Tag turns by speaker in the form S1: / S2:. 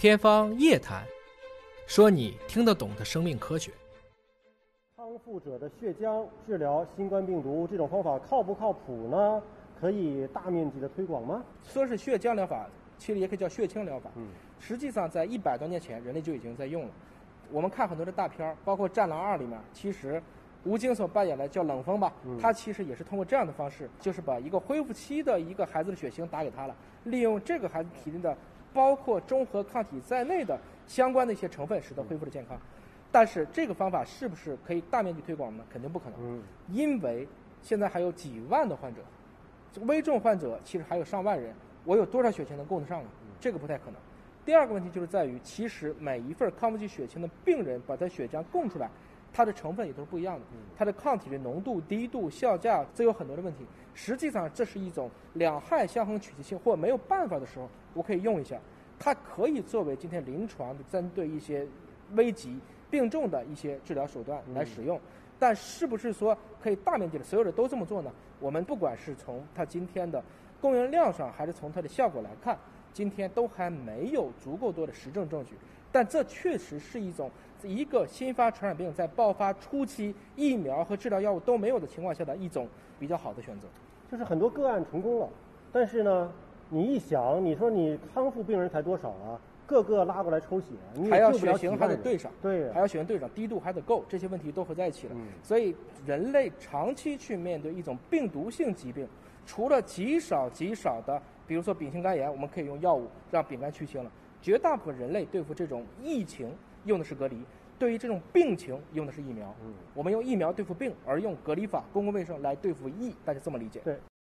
S1: 天方夜谭，说你听得懂的生命科学。
S2: 康复者的血浆治疗新冠病毒，这种方法靠不靠谱呢？可以大面积的推广吗？
S3: 说是血浆疗法，其实也可以叫血清疗法。实际上在100多年前，人类就已经在用了。我们看很多的大片，包括《战狼2》里面，其实吴京所扮演的叫冷锋吧，他其实也是通过这样的方式，就是把一个恢复期的一个孩子的血清打给他了，利用这个孩子体内的包括中和抗体在内的相关的一些成分，使得恢复了健康。但是这个方法是不是可以大面积推广呢？肯定不可能，因为现在还有几万的患者，危重患者其实还有上万人，我有多少血清能供得上呢？这个不太可能。第二个问题就是在于，其实每一份康复期血清的病人把他血浆供出来，它的成分也都是不一样的，它的抗体的浓度、低度、效价，这有很多的问题。实际上，这是一种两害相衡取其轻，或没有办法的时候，我可以用一下。它可以作为今天临床的针对一些危急病重的一些治疗手段来使用。但是不是说可以大面积的所有人都这么做呢？我们不管是从它今天的供应量上，还是从它的效果来看，今天都还没有足够多的实证证据。但这确实是一个新发传染病在爆发初期，疫苗和治疗药物都没有的情况下的一种比较好的选择。
S2: 就是很多个案成功了，但是呢，你一想，你说你康复病人才多少啊？个个拉过来抽血，你
S3: 还要血型还得对上，
S2: 对，
S3: 还要血型对上，低度还得够，这些问题都合在一起了。所以人类长期去面对一种病毒性疾病，除了极少的，比如说丙型肝炎，我们可以用药物让丙肝去清了。绝大部分人类对付这种疫情用的是隔离，对于这种病情用的是疫苗。我们用疫苗对付病，而用隔离法、公共卫生来对付疫，大家这么理解？
S2: 对。